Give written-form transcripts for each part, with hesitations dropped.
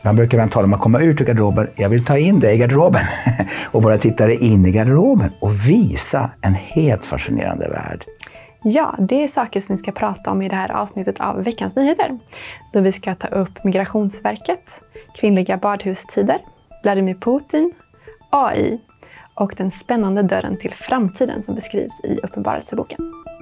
Man brukar tala om att komma ut ur garderoben. Jag vill ta in dig i garderoben och våra tittare in i garderoben och visa en helt fascinerande värld. Ja, det är saker som vi ska prata om i det här avsnittet av Veckans nyheter. Då vi ska ta upp Migrationsverket, kvinnliga badhustider, Vladimir Putin, AI och den spännande dörren till framtiden som beskrivs i Uppenbarelseboken.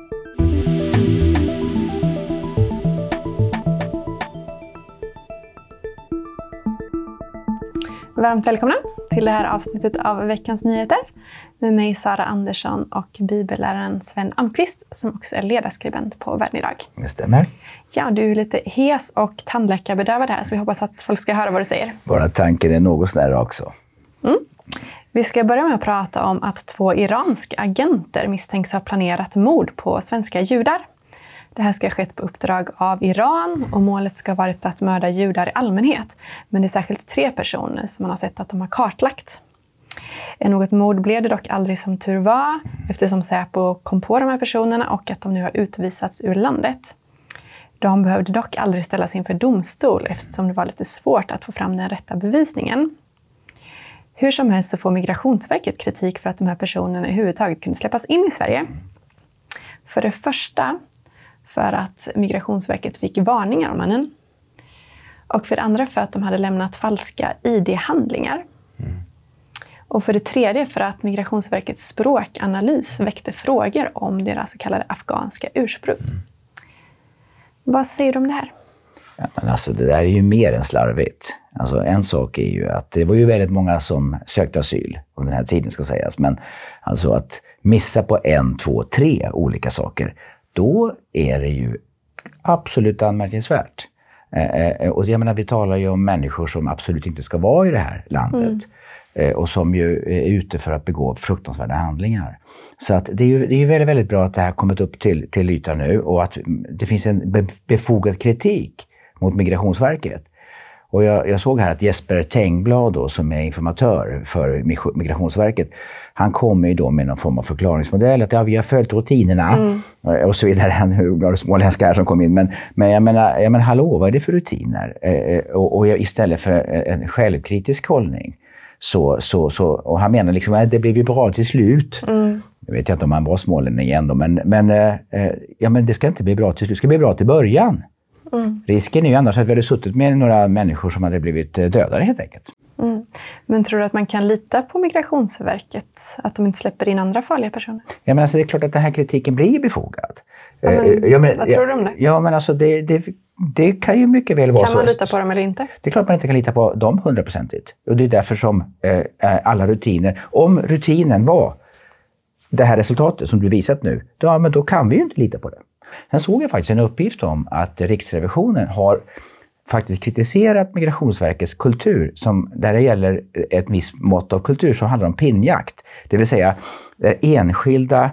Varmt välkomna till det här avsnittet av Veckans nyheter med mig Sara Andersson och bibelläraren Sven Almqvist som också är ledarskribent på Världen idag. Det stämmer. Ja, du är lite hes och tandläkarbedövad här så vi hoppas att folk ska höra vad du säger. Våra tanken är något sådär också. Vi ska börja med att prata om att 2 iranska agenter misstänks ha planerat mord på svenska judar. Det här ska ha skett på uppdrag av Iran och målet ska ha varit att mörda judar i allmänhet. Men det är särskilt 3 personer som man har sett att de har kartlagt. Något mord blev det dock aldrig som tur var eftersom Säpo kom på de här personerna och att de nu har utvisats ur landet. De behövde dock aldrig ställas inför domstol eftersom det var lite svårt att få fram den rätta bevisningen. Hur som helst så får Migrationsverket kritik för att de här personerna överhuvudtaget kunde släppas in i Sverige. För det första för att Migrationsverket fick varningar om mannen. Och för det andra för att de hade lämnat falska ID-handlingar. Och för det tredje för att Migrationsverkets språkanalys väckte frågor om deras så kallade afghanska ursprung. Vad säger du om det här? Ja, men alltså, det där är ju mer än slarvigt. Alltså, en sak är ju att det var ju väldigt många som sökte asyl under den här tiden ska sägas. Men alltså att missa på 1, 2, 3 olika saker, då är det ju absolut anmärkningsvärt. Och jag menar, vi talar ju om människor som absolut inte ska vara i det här landet. Och som ju är ute för att begå fruktansvärda handlingar. Så att det är ju väldigt, väldigt bra att det här kommit upp till ytan nu och att det finns en befogad kritik mot Migrationsverket. Och jag såg här att Jesper Tengblad då, som är informatör för Migrationsverket, han kommer ju då med någon form av förklaringsmodell att ja, vi har följt rutinerna och så vidare. Nu var det småländska här som kom in, men jag menar hallå, vad är det för rutiner? Och istället för en självkritisk hållning och han menar liksom att det blev ju bra till slut. Jag vet inte om han var smålänning ändå, men det ska inte bli bra till slut, det ska bli bra till början. Risken är ju annars att vi hade suttit med några människor som hade blivit dödade helt enkelt. Men tror du att man kan lita på Migrationsverket? Att de inte släpper in andra farliga personer? Ja, men alltså, det är klart att den här kritiken blir befogad. Vad tror du om det? Ja, men alltså det kan ju mycket väl vara så. Kan man lita på dem eller inte? Det är klart man inte kan lita på dem 100%. Och det är därför som alla rutiner, om rutinen var det här resultatet som du visat nu, då kan vi ju inte lita på det. Sen såg jag faktiskt en uppgift om att Riksrevisionen har faktiskt kritiserat Migrationsverkets kultur. Där det gäller ett visst mått av kultur som handlar om pinnjakt. Det vill säga enskilda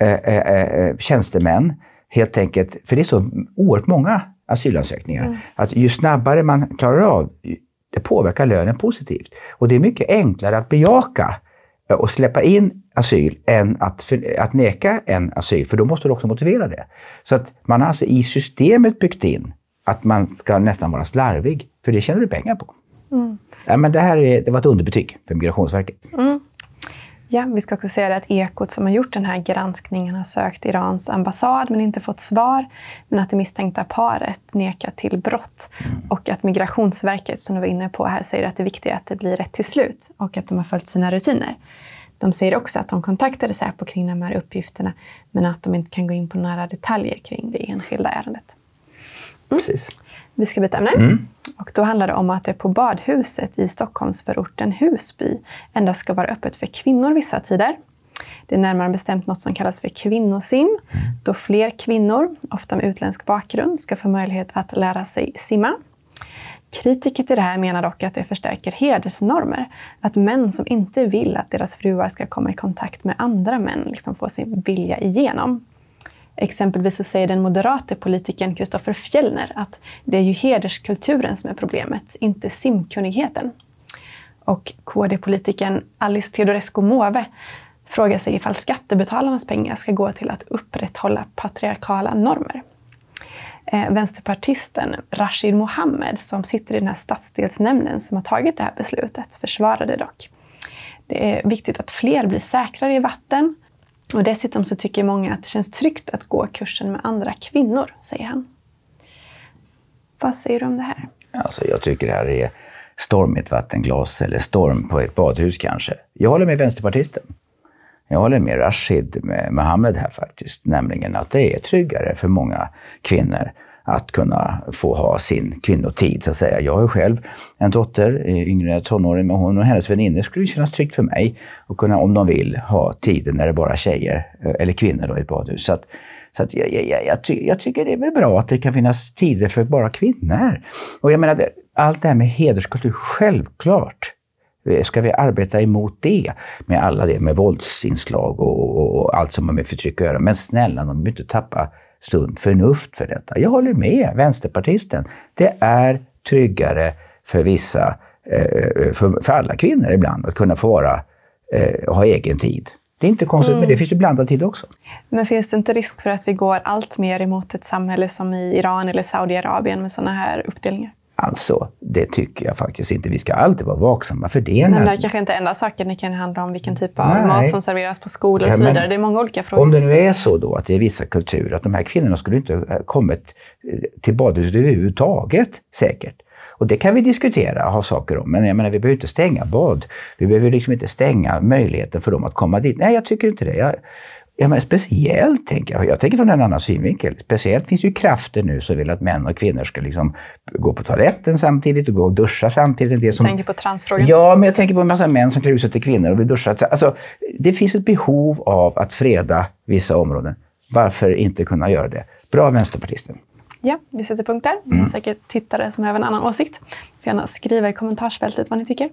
tjänstemän helt enkelt, för det är så oerhört många asylansökningar. Att ju snabbare man klarar av, det påverkar lönen positivt. Och det är mycket enklare att bejaka och släppa in asyl än att neka en asyl, för då måste du också motivera det. Så att man har alltså i systemet byggt in att man ska nästan vara slarvig, för det tjänar du pengar på. Ja, men det var ett underbetyg för Migrationsverket. Ja, vi ska också säga att Ekot som har gjort den här granskningen har sökt Irans ambassad men inte fått svar. Men att det misstänkta paret nekar till brott. Och att Migrationsverket, som du var inne på här, säger att det viktiga är att det blir rätt till slut och att de har följt sina rutiner. De säger också att de kontaktade Säpo kring de här uppgifterna men att de inte kan gå in på några detaljer kring det enskilda ärendet. Precis. Vi ska byta ämne. Och då handlar det om att det på badhuset i Stockholmsförorten Husby endast ska vara öppet för kvinnor vissa tider. Det är närmare bestämt något som kallas för kvinnosim. Då fler kvinnor, ofta med utländsk bakgrund, ska få möjlighet att lära sig simma. Kritiker till det här menar dock att det förstärker hedersnormer. Att män som inte vill att deras fruar ska komma i kontakt med andra män liksom får sin vilja igenom. Exempelvis så säger den moderate politikern Kristoffer Fjellner att det är ju hederskulturen som är problemet, inte simkunnigheten. Och KD-politikern Alice Teodorescu Måwe frågar sig ifall skattebetalarnas pengar ska gå till att upprätthålla patriarkala normer. Vänsterpartisten Rashid Mohammed som sitter i den här stadsdelsnämnden som har tagit det här beslutet försvarade dock. Det är viktigt att fler blir säkrare i vatten och dessutom så tycker många att det känns tryggt att gå kursen med andra kvinnor, säger han. Vad säger du om det här? Alltså jag tycker det här är storm i ett vattenglas eller storm på ett badhus kanske. Jag håller med vänsterpartisten. Jag håller med Rashid Mohammed här faktiskt. Nämligen att det är tryggare för många kvinnor att kunna få ha sin kvinnotid så att säga. Jag har själv en dotter, yngre tonåring, med hon och hennes väninnor skulle kännas tryggt för mig att kunna, om de vill, ha tiden när det är bara tjejer eller kvinnor då i ett badhus. Så att jag tycker det är väl bra att det kan finnas tider för bara kvinnor. Och jag menar, allt det här med hederskultur, självklart ska vi arbeta emot det med alla det med våldsinslag och allt som har med förtryck att göra. Men snälla, de behöver inte tappa stund förnuft för detta. Jag håller med vänsterpartisten. Det är tryggare för vissa, för alla kvinnor ibland att kunna få ha egen tid. Det är inte konstigt, men det finns ju blandad tid också. Men finns det inte risk för att vi går allt mer emot ett samhälle som i Iran eller Saudiarabien med sådana här uppdelningar? Alltså, det tycker jag faktiskt inte. Vi ska alltid vara vaksamma för det. Men det kanske inte enda saker. Det kan handla om vilken typ av mat som serveras på skolor och så vidare. Det är många olika frågor. Om det nu är så då att det är vissa kulturer, att de här kvinnorna skulle inte ha kommit till badhuset överhuvudtaget säkert. Och det kan vi diskutera och ha saker om. Men jag menar, vi behöver inte stänga bad. Vi behöver liksom inte stänga möjligheten för dem att komma dit. Nej, jag tycker inte det. Men speciellt tänker jag tänker från en annan synvinkel. Speciellt finns ju krafter nu som vill att män och kvinnor ska liksom gå på toaletten samtidigt och gå och duscha samtidigt. Du tänker på transfrågan? Ja, men jag tänker på en massa män som klär ut sig till kvinnor och vill duscha. Alltså, det finns ett behov av att freda vissa områden. Varför inte kunna göra det? Bra vänsterpartisten. Ja, vi sätter punkt där. Det är säkert tittare som har en annan åsikt. Får gärna skriva i kommentarsfältet vad ni tycker.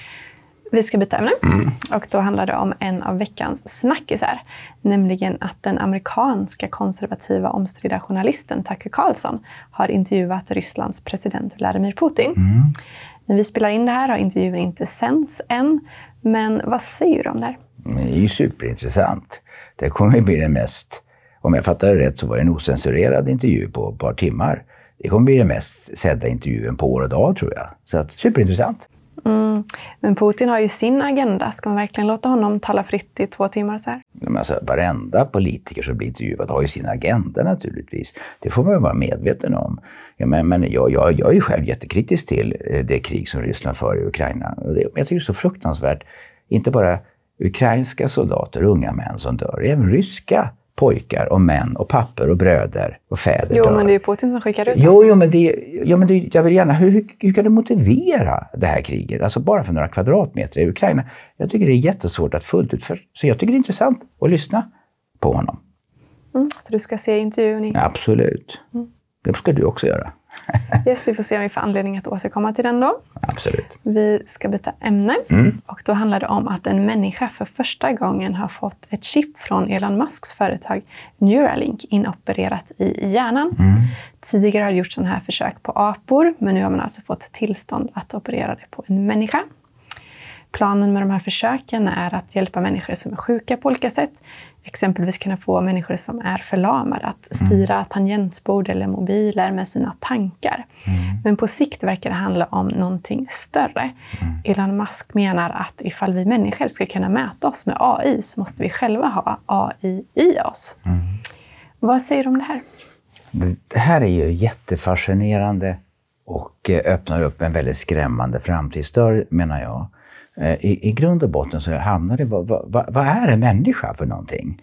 Vi ska byta ämne och då handlar det om en av veckans snackisar. Nämligen att den amerikanska konservativa omstridda journalisten Tucker Carlson har intervjuat Rysslands president Vladimir Putin. När vi spelar in det här har intervjun inte sänds än. Men vad säger du om det här? Det är ju superintressant. Det kommer ju bli den mest, om jag fattar det rätt så var det en osensurerad intervju på ett par timmar. Det kommer bli den mest sedda intervjun på år och dag tror jag. Så att, superintressant. Men Putin har ju sin agenda. Ska man verkligen låta honom tala fritt i 2 timmar så här? Men alltså, varenda politiker som blir intervjuad har ju sin agenda naturligtvis. Det får man ju vara medveten om. Ja, men jag är ju själv jättekritisk till det krig som Ryssland för i Ukraina. Jag tycker det är så fruktansvärt. Inte bara ukrainska soldater, unga män som dör. Även ryska pojkar och män och pappor och bröder och fäder dör. Men det är ju Putin som skickar ut. Jag vill gärna, hur kan du motivera det här kriget? Alltså bara för några kvadratmeter i Ukraina. Jag tycker det är jättesvårt att fullt ut så jag tycker det är intressant att lyssna på honom. Så du ska se intervjun? Absolut. Det ska du också göra. Yes, vi får se om vi får anledning att återkomma till den då. Absolut. Vi ska byta ämne. Och då handlar det om att en människa för första gången har fått ett chip från Elon Musks företag Neuralink inopererat i hjärnan. Tidigare har det gjorts sådana här försök på apor, men nu har man alltså fått tillstånd att operera det på en människa. Planen med de här försöken är att hjälpa människor som är sjuka på olika sätt. Exempelvis kunna få människor som är förlamade att styra tangentbord eller mobiler med sina tankar. Men på sikt verkar det handla om någonting större. Elon Musk menar att ifall vi människor ska kunna mäta oss med AI så måste vi själva ha AI i oss. Vad säger du om det här? Det här är ju jättefascinerande och öppnar upp en väldigt skrämmande framtidsdörr, menar jag. I grund och botten så hamnar det, vad är en människa för någonting?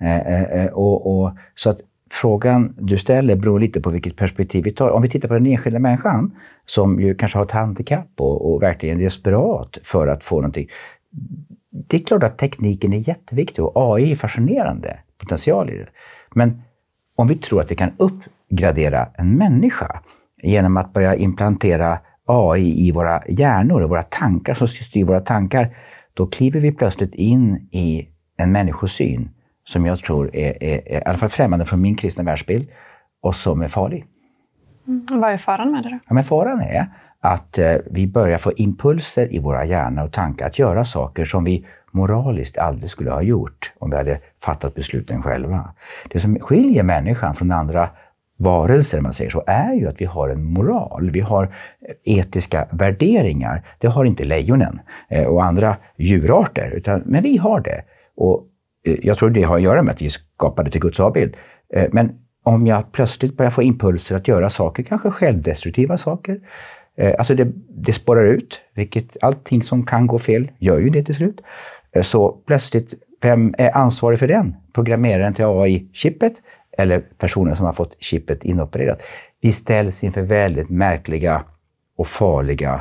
Så att frågan du ställer beror lite på vilket perspektiv vi tar. Om vi tittar på den enskilda människan som ju kanske har ett handikapp och verkligen är desperat för att få någonting. Det är klart att tekniken är jätteviktig och AI är fascinerande potential i det. Men om vi tror att vi kan uppgradera en människa genom att börja implantera AI i våra hjärnor och våra tankar som styr våra tankar, då kliver vi plötsligt in i en människosyn som jag tror är i alla fall främmande från min kristna världsbild och som är farlig. Vad är faran med det då? Ja, men faran är att vi börjar få impulser i våra hjärnor och tankar att göra saker som vi moraliskt aldrig skulle ha gjort om vi hade fattat besluten själva. Det som skiljer människan från andra varelser, man säger så, är ju att vi har en moral. Vi har etiska värderingar. Det har inte lejonen och andra djurarter, men vi har det. Och jag tror det har att göra med att vi skapade till Guds avbild. Men om jag plötsligt börjar få impulser att göra saker, kanske självdestruktiva saker, alltså det spårar ut, vilket allting som kan gå fel gör ju det till slut. Så plötsligt, vem är ansvarig för den? Programmeraren till AI-chippet eller personen som har fått chippet inopererat? Vi ställs inför väldigt märkliga och farliga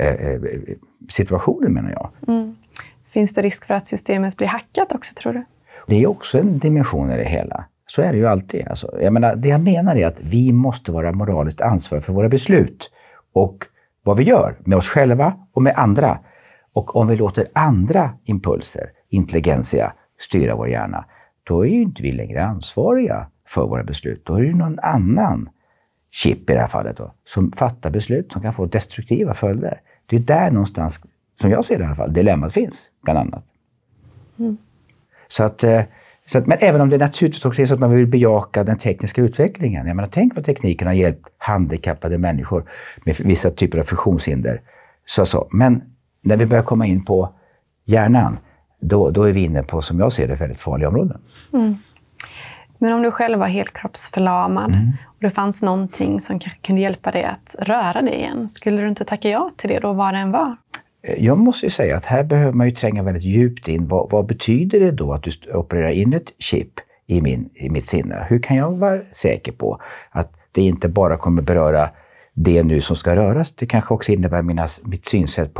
situationer, menar jag. Mm. Finns det risk för att systemet blir hackat också, tror du? Det är också en dimension i det hela. Så är det ju alltid. Alltså, det jag menar är att vi måste vara moraliskt ansvariga för våra beslut och vad vi gör med oss själva och med andra. Och om vi låter andra impulser, intelligensia, styra vår hjärna, då är ju inte vi längre ansvariga för våra beslut. Då är det någon annan chip i det här fallet då, som fattar beslut som kan få destruktiva följder. Det är där någonstans, som jag ser det i alla fall, dilemmat finns, bland annat. Mm. Så att, men även om det naturligtvis också är så att man vill bejaka den tekniska utvecklingen. Jag menar, tänk vad tekniken har hjälpt handikappade människor med vissa typer av funktionshinder. Men när vi börjar komma in på hjärnan, då är vi inne på, som jag ser det, väldigt farliga områden. Mm. Men om du själv var helt kroppsförlamad och det fanns någonting som kanske kunde hjälpa dig att röra dig igen, skulle du inte tacka ja till det då, vad det än var? Jag måste ju säga att här behöver man ju tränga väldigt djupt in. Vad betyder det då att du opererar in ett chip i mitt sinne? Hur kan jag vara säker på att det inte bara kommer beröra det nu som ska röras? Det kanske också innebär mitt synsätt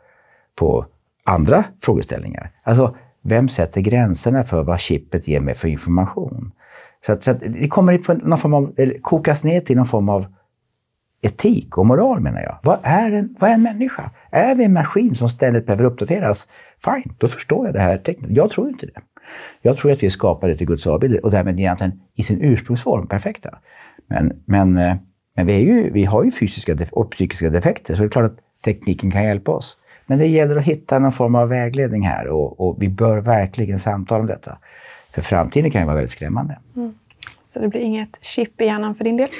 på andra frågeställningar. Alltså, vem sätter gränserna för vad chippet ger mig för information? Så att det kommer på någon form av, eller kokas ner till någon form av etik och moral, menar jag. Vad är en människa? Är vi en maskin som ständigt behöver uppdateras? Fine, då förstår jag det här tecknet. Jag tror inte det. Jag tror att vi skapade till Guds avbild och därmed egentligen i sin ursprungsform perfekta. Men vi har ju fysiska och psykiska defekter, så det är klart att tekniken kan hjälpa oss. Men det gäller att hitta någon form av vägledning här och vi bör verkligen samtala om detta. För framtiden kan ju vara väldigt skrämmande. Mm. Så det blir inget chip i hjärnan för din del?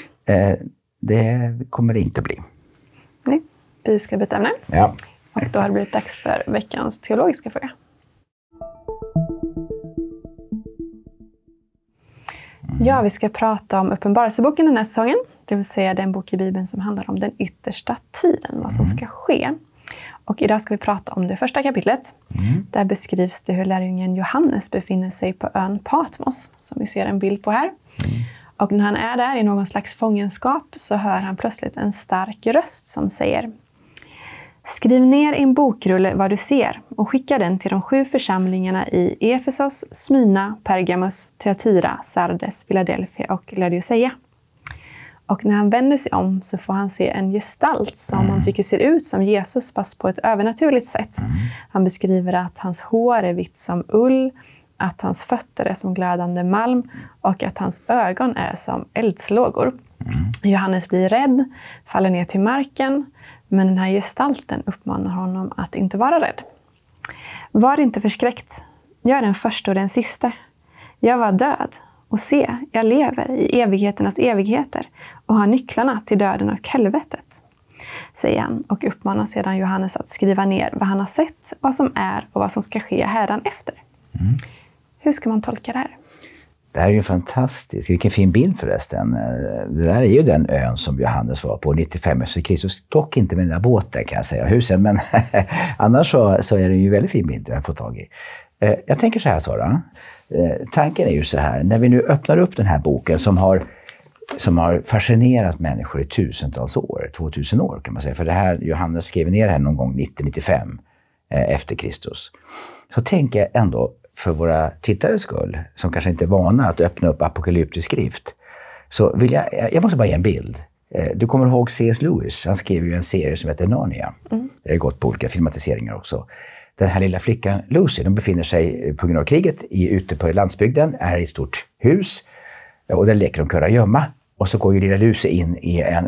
Det kommer det inte bli. Nej, vi ska byta ämne. Ja. Och då har det blivit dags för veckans teologiska fråga. Ja, vi ska prata om Uppenbarelseboken den här säsongen. Det vill säga den bok i Bibeln som handlar om den yttersta tiden, vad som ska ske. Och idag ska vi prata om det första kapitlet. Där beskrivs det hur lärjungen Johannes befinner sig på ön Patmos, som vi ser en bild på här. Och när han är där i någon slags fångenskap så hör han plötsligt en stark röst som säger: skriv ner i en bokrulle vad du ser och skicka den till de 7 församlingarna i Efesos, Smyrna, Pergamos, Thyatira, Sardes, Philadelphia och Laodicea. Och när han vänder sig om så får han se en gestalt som man tycker ser ut som Jesus, fast på ett övernaturligt sätt. Han beskriver att hans hår är vitt som ull, att hans fötter är som glödande malm och att hans ögon är som eldslågor. Johannes blir rädd, faller ner till marken, men den här gestalten uppmanar honom att inte vara rädd. Var inte förskräckt. Jag är den första och den sista. Jag var död. Och se, jag lever i evigheternas evigheter och har nycklarna till döden och helvetet, säger han och uppmanar sedan Johannes att skriva ner vad han har sett, vad som är och vad som ska ske hädanefter. Hur ska man tolka det här? Det här är ju fantastiskt. Vilken fin bild förresten. Det där är ju den ön som Johannes var på 95 efter Kristus. Dock inte med den där båten, kan jag säga, husen, men annars så är det ju väldigt fin bild jag har fått tag i. Jag tänker så här, Sara. Tanken är ju så här, när vi nu öppnar upp den här boken som har fascinerat människor i tusentals år, 2000 år kan man säga, för det här Johannes skrev ner här någon gång 90-95 efter Kristus. Så tänker jag ändå för våra tittares skull, som kanske inte är vana att öppna upp apokalyptisk skrift, så vill jag måste bara ge en bild. Du kommer ihåg C.S. Lewis, han skrev ju en serie som heter Narnia. Det har gått på olika filmatiseringar också. Den här lilla flickan Lucy, de befinner sig på grund av kriget ute på landsbygden, är i ett stort hus och där leker de kurragömma. Och så går ju lilla Lucy in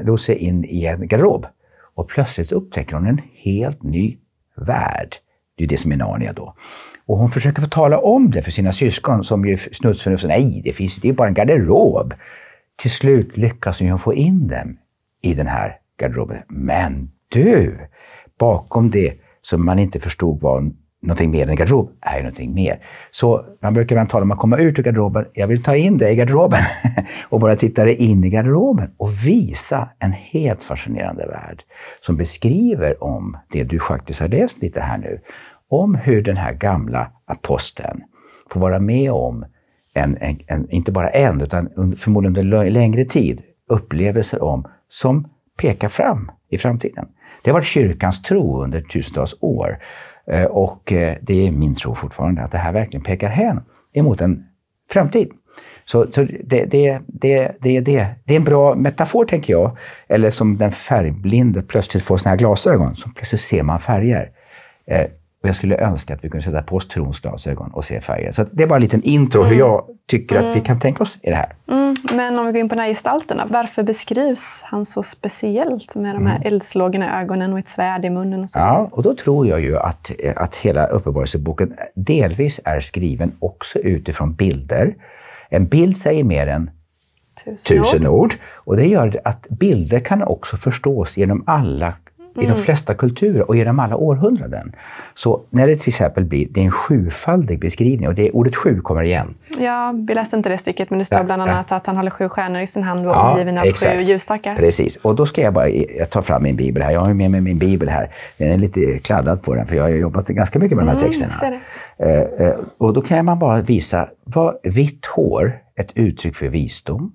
i en garderob och plötsligt upptäcker hon en helt ny värld. Det är det som är Narnia då. Och hon försöker få tala om det för sina syskon som ju snudsförnuften. Nej, det är bara en garderob. till slut lyckas hon få in dem i den här garderoben. Men du, bakom det som man inte förstod var någonting mer än garderob är ju någonting mer. Så man brukar tala om att komma ut ur garderoben. Jag vill ta in dig i garderoben och bara titta dig in i garderoben och visa en helt fascinerande värld som beskriver om det du faktiskt har läst lite här nu. Om hur den här gamla aposteln får vara med om inte bara en utan förmodligen under längre tid upplevelser om som pekar fram i framtiden. Det har varit kyrkans tro under tusentals år. Och det är min tro fortfarande att det här verkligen pekar hän emot en framtid. Så det är en bra metafor, tänker jag. Eller som den färgblinde plötsligt får såna här glasögon. Så plötsligt ser man färger. Och jag skulle önska att vi kunde sätta på oss trons glasögon och se färger. Så det är bara en liten intro hur jag tycker att vi kan tänka oss i det här. Men om vi går in på de här gestalterna, varför beskrivs han så speciellt med de här eldslågorna i ögonen och ett svärd i munnen? Och så? Ja, och då tror jag ju att hela Uppenbarelseboken delvis är skriven också utifrån bilder. En bild säger mer än 1000 ord. Och det gör att bilder kan också förstås genom i de flesta kulturer och genom alla århundraden. Så när det till exempel det är en sjufaldig beskrivning och det ordet 7 kommer igen. Ja, vi läste inte det stycket, men det står bland annat att han håller 7 stjärnor i sin hand och omgiven av 7 ljusstakar. Precis, och då ska jag ta fram min bibel här. Jag har med mig min bibel här. Den är lite kladdad på den för jag har jobbat ganska mycket med de här texterna. Och då kan man bara visa vad vitt hår, ett uttryck för visdom.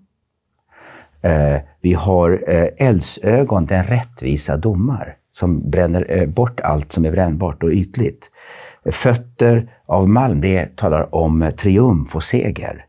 Vi har eldsögon, den rättvisa domar som bränner bort allt som är brännbart och ytligt. Fötter av malm, det talar om triumf och seger.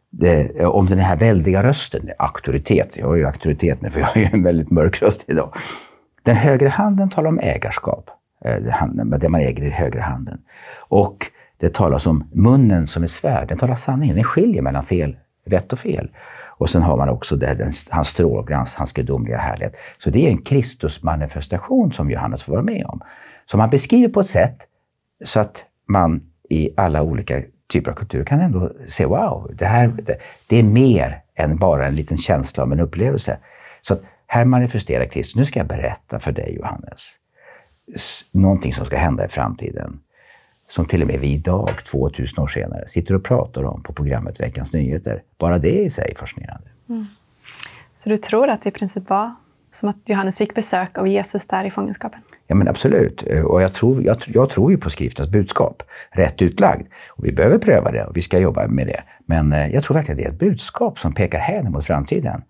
Om den här väldiga rösten, auktoritet. Jag har ju auktoritet nu för jag har ju en väldigt mörk röst idag. Den högra handen talar om ägarskap. Det man äger i högra handen. Och det talas om munnen som är svärd. Den talar sanningen. Den skiljer mellan rätt och fel. Och sen har man också där hans strålglans, hans gudomliga härlighet. Så det är en Kristusmanifestation som Johannes får vara med om. Som han beskriver på ett sätt så att man i alla olika typer av kulturer kan ändå se wow, det är mer än bara en liten känsla av en upplevelse. Så att här manifesterar Kristus. Nu ska jag berätta för dig, Johannes, någonting som ska hända i framtiden. Som till och med vi idag, 2000 år senare, sitter och pratar om på programmet Veckans Nyheter. Bara det i sig är fascinerande. Så du tror att det i princip var som att Johannes fick besök av Jesus där i fångenskapen? Ja, men absolut. Och jag tror ju på skriftens budskap. Rätt utlagd. Och vi behöver pröva det och vi ska jobba med det. Men jag tror verkligen att det är ett budskap som pekar hän mot framtiden.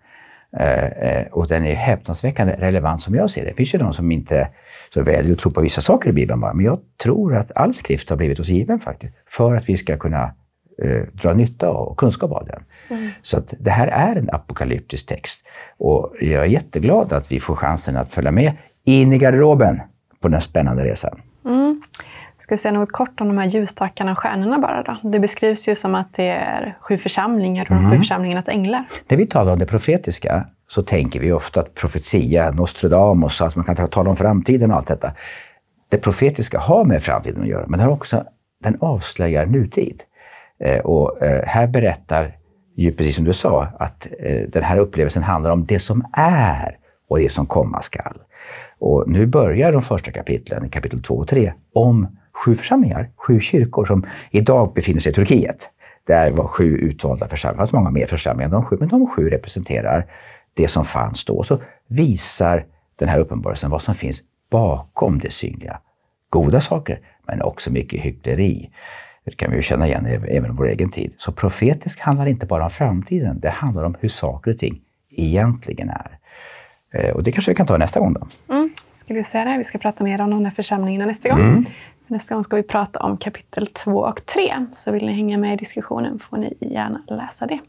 Och den är häpnadsväckande relevant som jag ser det. Det finns ju de som inte så väljer att tro på vissa saker i Bibeln bara. Men jag tror att all skrift har blivit oss given faktiskt. För att vi ska kunna dra nytta och kunskap av den. Så att det här är en apokalyptisk text. Och jag är jätteglad att vi får chansen att följa med in i garderoben på den spännande resan. Ska vi säga något kort om de här ljusstakarna och stjärnorna bara då? Det beskrivs ju som att det är 7 församlingar och de 7 församlingarnas änglar. När vi talar om det profetiska så tänker vi ofta att profetia, Nostradamus, att man kan tala om framtiden och allt detta. Det profetiska har med framtiden att göra, men den avslöjar nutid. Och här berättar ju, precis som du sa, att den här upplevelsen handlar om det som är och det som komma skall. Och nu börjar de första kapitlen, i kapitel 2 och 3, om 7 församlingar, 7 kyrkor som idag befinner sig i Turkiet. Där var 7 utvalda församlingar, det fanns många mer församlingar än de 7, men de 7 representerar det som fanns då. Så visar den här uppenbarelsen vad som finns bakom det synliga. Goda saker, men också mycket hyckleri. Det kan vi ju känna igen även i vår egen tid. Så profetisk handlar inte bara om framtiden, det handlar om hur saker och ting egentligen är. Och det kanske vi kan ta nästa gång då. Skulle vi säga det? Vi ska prata mer om de här församlingarna nästa gång. Nästa gång ska vi prata om kapitel 2 och 3. Så vill ni hänga med i diskussionen får ni gärna läsa det.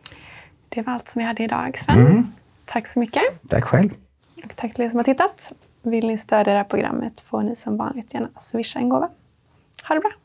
Det var allt som vi hade idag, Sven. Tack så mycket. Tack själv. Och tack till er som har tittat. Vill ni stödja det här programmet får ni som vanligt gärna swisha en gåva. Ha det bra.